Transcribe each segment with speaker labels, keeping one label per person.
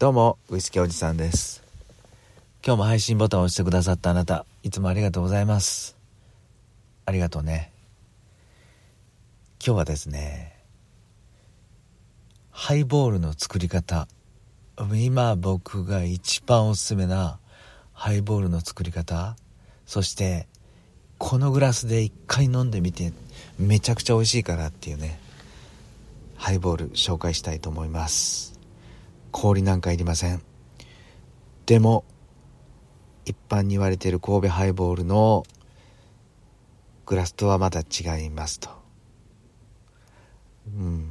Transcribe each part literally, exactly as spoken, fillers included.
Speaker 1: どうもウイスキーおじさんです。今日も配信ボタンを押してくださったあなた、いつもありがとうございます。ありがとうね。今日はですね、ハイボールの作り方、今僕が一番おすすめなハイボールの作り方、そしてこのグラスで一回飲んでみてめちゃくちゃ美味しいからっていうね、ハイボール紹介したいと思います。氷なんかいりません。でも一般に言われている神戸ハイボールのグラスとはまた違いますと。うん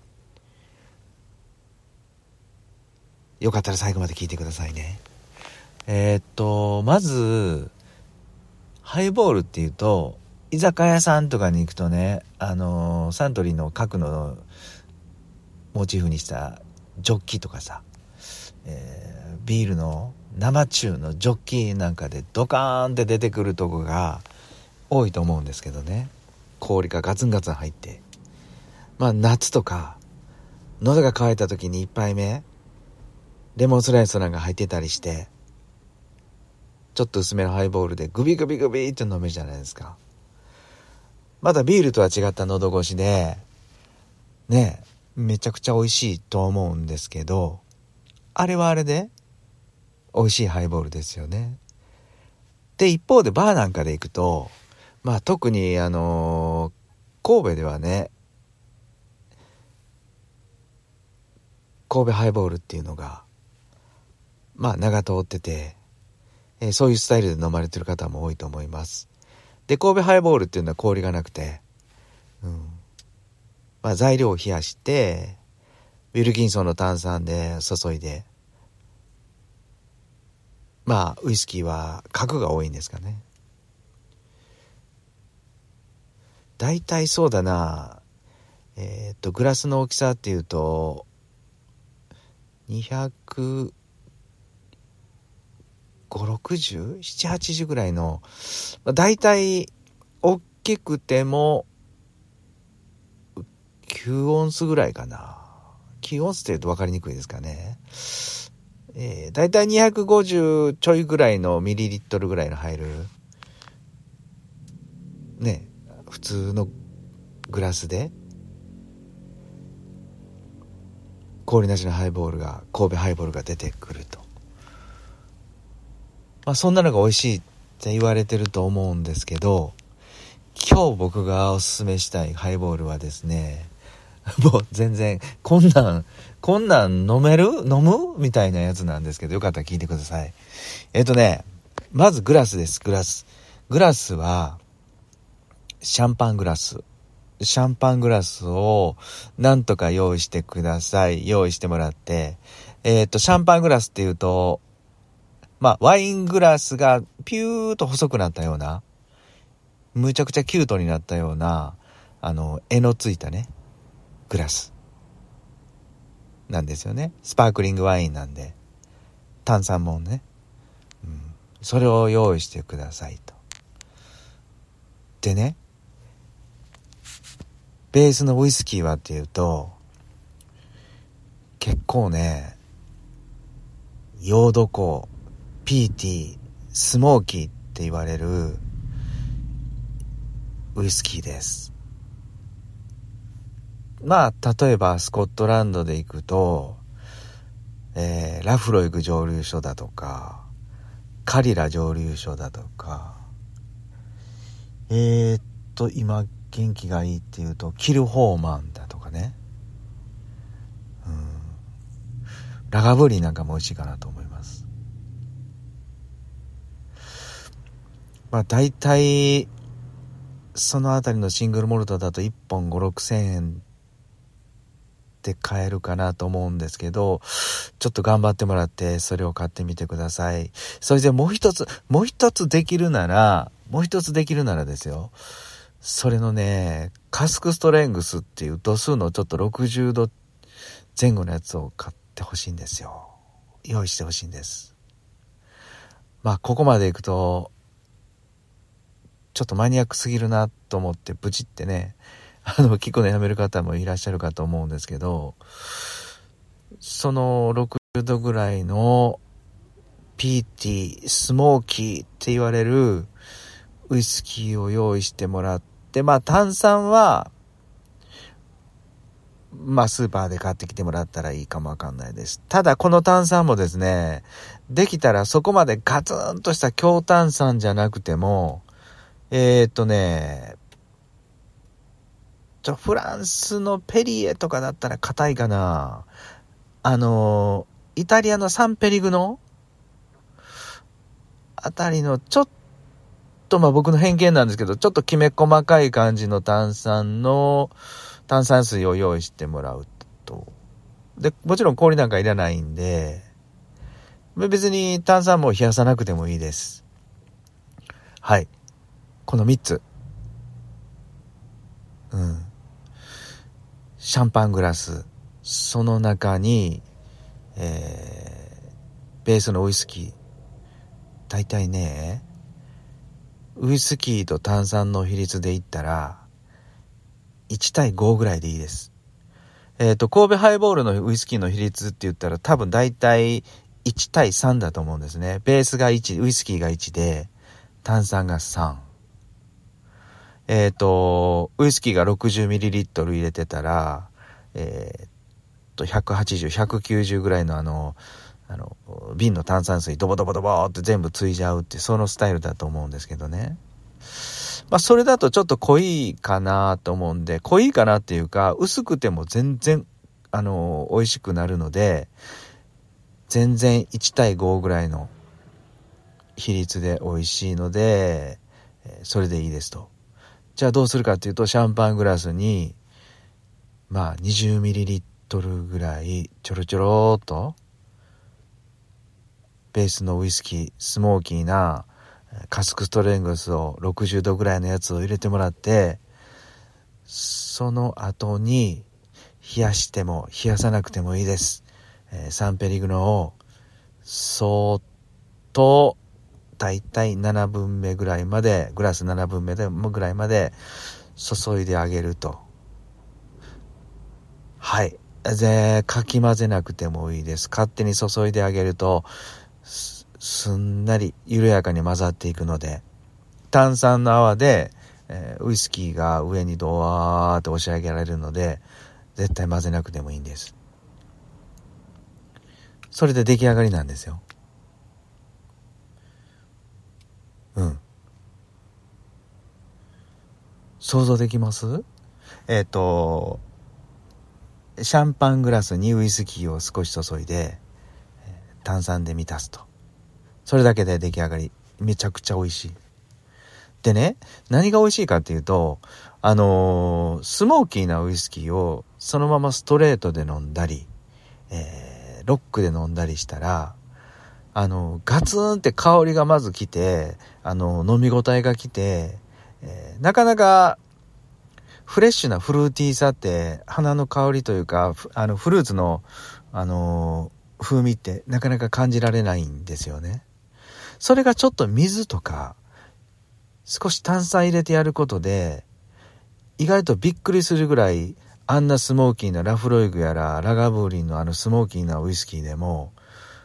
Speaker 1: よかったら最後まで聞いてくださいね。えー、っとまずハイボールっていうと、居酒屋さんとかに行くとね、あのー、サントリーの角のモチーフにしたジョッキとかさ、えー、ビールの生中のジョッキなんかでドカーンって出てくるとこが多いと思うんですけどね。氷がガツンガツン入って、まあ夏とか喉が渇いた時に一杯目レモンスライスなんか入ってたりして、ちょっと薄めのハイボールでグビグビグビって飲めるじゃないですか。またビールとは違った喉越しでね、めちゃくちゃ美味しいと思うんですけど、あれはあれで美味しいハイボールですよね。で一方でバーなんかで行くと、まあ特にあのー、神戸ではね、神戸ハイボールっていうのがまあ名が通ってて、えー、そういうスタイルで飲まれてる方も多いと思います。で神戸ハイボールっていうのは氷がなくて、うんまあ、材料を冷やしてウィルキンソンの炭酸で注いで、まあウイスキーは角が多いんですかね。だいたいそうだな、えー、っとグラスの大きさっていうとにひゃくごじゅう、ろくじゅう、ななじゅう、はちじゅうぐらいの、まあ、だいたい大きくてもきゅうオンスぐらいかな。きゅうオンスって言うと分かりにくいですかね。えー、だいたいにひゃくごじゅうちょいぐらいのミリリットルぐらいの入るね、普通のグラスで氷なしのハイボールが、神戸ハイボールが出てくると、まあそんなのが美味しいって言われてると思うんですけど、今日僕がおすすめしたいハイボールはですね、もう全然こんなんこんなん飲める飲むみたいなやつなんですけど、よかったら聞いてください。えっとねまずグラスです。グラスグラスはシャンパングラスシャンパングラスをなんとか用意してください。用意してもらって、えっとシャンパングラスっていうと、まあワイングラスがピューと細くなったような、むちゃくちゃキュートになったような、あの柄のついたねグラスなんですよね。スパークリングワインなんで炭酸もね、うん、それを用意してくださいと。でね、ベースのウイスキーはっていうと、結構ねヨードコー、ピーティー、スモーキーって言われるウイスキーです。まあ例えばスコットランドで行くと、えー、ラフロイグ蒸留所だとかカリラ蒸留所だとか、えー、っと今元気がいいっていうとキルホーマンだとかね、うん、ラガブリーなんかも美味しいかなと思います。まあ大体そのあたりのシングルモルトだといっぽんご、ろくせんえんで買えるかなと思うんですけど、ちょっと頑張ってもらってそれを買ってみてください。それでもう一つもう一つできるならもう一つできるならですよ、それのねカスクストレングスっていう度数のちょっとろくじゅうど前後のやつを買ってほしいんですよ。用意してほしいんです。まあここまでいくとちょっとマニアックすぎるなと思ってブチってね、あの聞くのやめる方もいらっしゃるかと思うんですけど、そのろくじゅうどぐらいのピーティー、スモーキーって言われるウイスキーを用意してもらって、まあ炭酸はまあスーパーで買ってきてもらったらいいかもわかんないです。ただこの炭酸もですね、できたらそこまでガツンとした強炭酸じゃなくても、えーっとね、ちょフランスのペリエとかだったら硬いかな。あのイタリアのサンペリグノあたりのちょっと、まあ僕の偏見なんですけど、ちょっときめ細かい感じの炭酸の炭酸水を用意してもらうと。で、もちろん氷なんかいらないんで、別に炭酸も冷やさなくてもいいです。はい。このみっつ。うん。シャンパングラス。その中に、えー、ベースのウイスキー。だいたいね、ウイスキーと炭酸の比率で言ったら、いち対ごぐらいでいいです。えっと、神戸ハイボールのウイスキーの比率って言ったら多分だいたいいち対さんだと思うんですね。ベースがいち、ウイスキーがいちで、炭酸がさん。えっと、ウイスキーが ろくじゅうミリリットル 入れてたら、えー、っと、ひゃくはちじゅう、ひゃくきゅうじゅうぐらいのあの、あの、瓶の炭酸水ドボドボドボって全部ついじゃうって、そのスタイルだと思うんですけどね。まあ、それだとちょっと濃いかなと思うんで、濃いかなっていうか、薄くても全然、あの、美味しくなるので、全然いち対ごぐらいの比率で美味しいので、それでいいですと。じゃあどうするかっていうと、シャンパングラスに、まあ にじゅうミリリットル ぐらいちょろちょろっと、ベースのウイスキー、スモーキーなカスクストレングスをろくじゅうどぐらいのやつを入れてもらって、その後に冷やしても冷やさなくてもいいです。えー、サンペリグノをそーっとだいたいななぶんめぐらいまで、グラスななぶんめでぐらいまで注いであげると。はい。で、かき混ぜなくてもいいです。勝手に注いであげると す, すんなり緩やかに混ざっていくので、炭酸の泡で、えー、ウイスキーが上にドワーって押し上げられるので、絶対混ぜなくてもいいんです。それで出来上がりなんですよ。うん。想像できます？えっと、シャンパングラスにウイスキーを少し注いで、炭酸で満たすと。それだけで出来上がり。めちゃくちゃ美味しい。でね、何が美味しいかっていうと、あのー、スモーキーなウイスキーをそのままストレートで飲んだり、えー、ロックで飲んだりしたら、あのー、ガツンって香りがまず来て、あのー、飲み応えが来て、えー、なかなかフレッシュなフルーティーさって花の香りというか、あのフルーツの、あのー、風味ってなかなか感じられないんですよね。それがちょっと水とか少し炭酸入れてやることで、意外とびっくりするぐらい、あんなスモーキーなラフロイグやらラガブーリンのあのスモーキーなウイスキーでも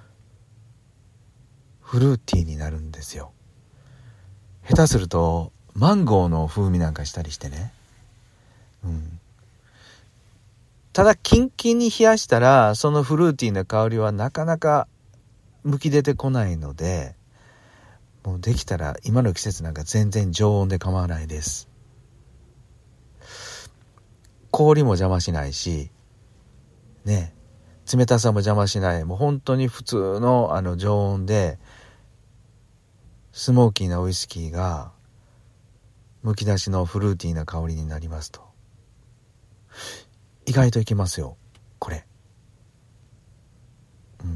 Speaker 1: フルーティーになるんですよ。下手するとマンゴーの風味なんかしたりしてね。うん。ただキンキンに冷やしたらそのフルーティーな香りはなかなかむき出てこないので、もうできたら今の季節なんか全然常温で構わないです。氷も邪魔しないしね、冷たさも邪魔しない、もう本当に普通のあの常温でスモーキーなウイスキーがむき出しのフルーティーな香りになりますと。意外といけますよこれ。うん。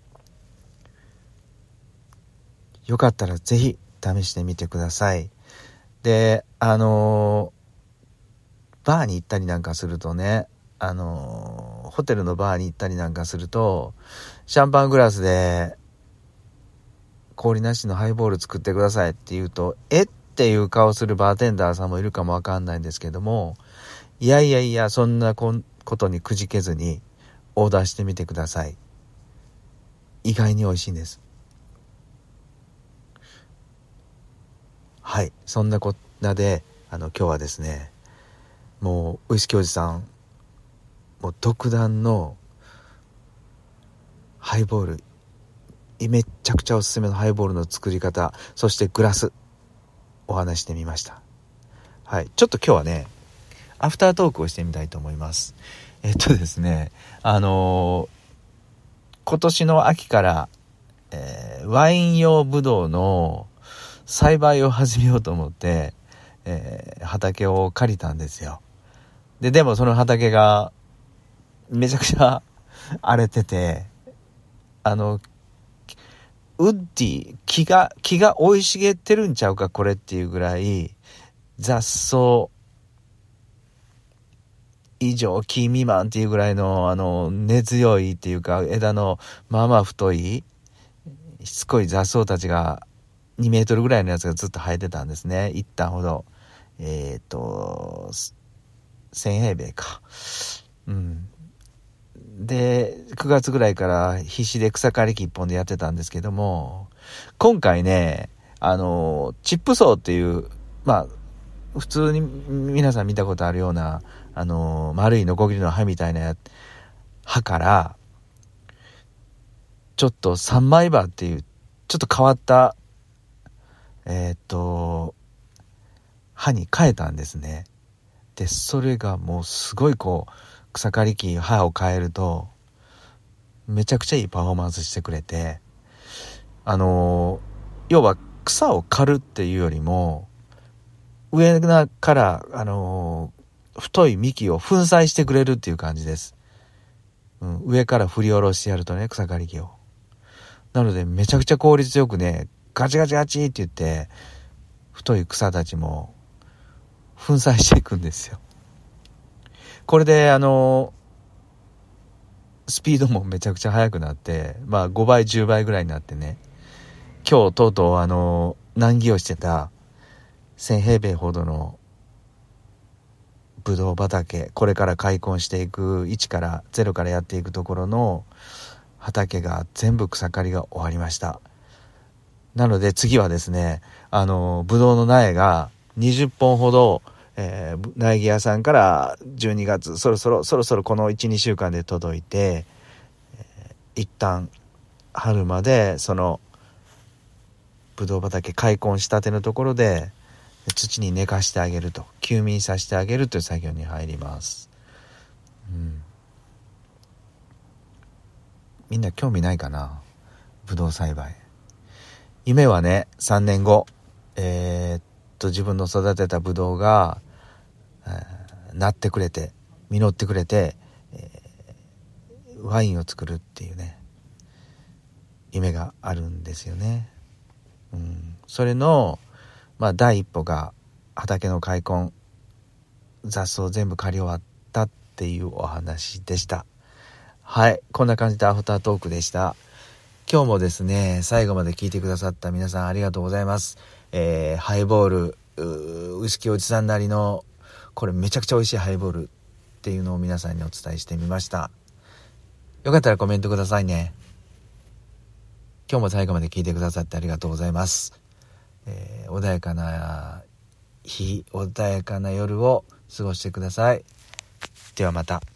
Speaker 1: よかったらぜひ試してみてください。で、あのー、バーに行ったりなんかするとね、あのー、ホテルのバーに行ったりなんかすると、シャンパングラスで氷なしのハイボール作ってくださいって言うと、えっていう顔するバーテンダーさんもいるかもわかんないんですけども、いやいやいや、そんなことにくじけずにオーダーしてみてください。 意外に美味しいんです。はい、そんなこんなであの今日はですね、もうウイスキーおじさんもう独断のハイボール、めちゃくちゃおすすめのハイボールの作り方、そしてグラスお話してみました。はい、ちょっと今日はねアフタートークをしてみたいと思います。えっとですねあのー、今年の秋から、えー、ワイン用ブドウの栽培を始めようと思って、えー、畑を借りたんですよ。ででもその畑がめちゃくちゃ荒れてて、あのウッディ木が木が生い茂ってるんちゃうかこれっていうぐらい雑草以上木未満っていうぐらいのあの根強いっていうか枝のまあまあ太いしつこい雑草たちがにメートルぐらいのやつがずっと生えてたんですね。一旦ほどえっとせん平米か。うんでくがつぐらいから必死で草刈り機一本でやってたんですけども、今回ねあのチップソーっていうまあ普通に皆さん見たことあるようなあの丸いノコギリの刃みたいな刃からちょっと三枚刃っていうちょっと変わったえー、っと刃に変えたんですね。でそれがもうすごいこう草刈り機刃を変えるとめちゃくちゃいいパフォーマンスしてくれて、あの要は草を刈るっていうよりも上からあの太い幹を粉砕してくれるっていう感じです、うん、上から振り下ろしてやるとね草刈り機を。なのでめちゃくちゃ効率よくねガチガチガチって言って太い草たちも粉砕していくんですよ。これであのスピードもめちゃくちゃ速くなって、まあごばいじゅうばいぐらいになってね、今日とうとうあの難儀をしてたせん平米ほどのブドウ畑、これから開墾していくいちからゼロからやっていくところの畑が全部草刈りが終わりました。なので次はですねあのブドウの苗がにじゅっぽんほど、えー、苗木屋さんからじゅうにがつそろそろそろそろこの いちにしゅうかんで届いて、えー、一旦春までそのブドウ畑開墾したてのところで土に寝かしてあげると、休眠させてあげるという作業に入ります、うん、みんな興味ないかなブドウ栽培。夢はねさんねんごえー、っと自分の育てたブドウが、えー、なってくれて実ってくれて、えー、ワインを作るっていうね夢があるんですよね、うん、それのまあ第一歩が畑の開墾、雑草全部刈り終わったっていうお話でした。はい、こんな感じでアフタートークでした。今日もですね最後まで聞いてくださった皆さんありがとうございます。えー、ハイボールウイスキーおじさんなりのこれめちゃくちゃ美味しいハイボールっていうのを皆さんにお伝えしてみました。よかったらコメントくださいね。今日も最後まで聞いてくださってありがとうございます。えー、穏やかな日、穏やかな夜を過ごしてください。ではまた。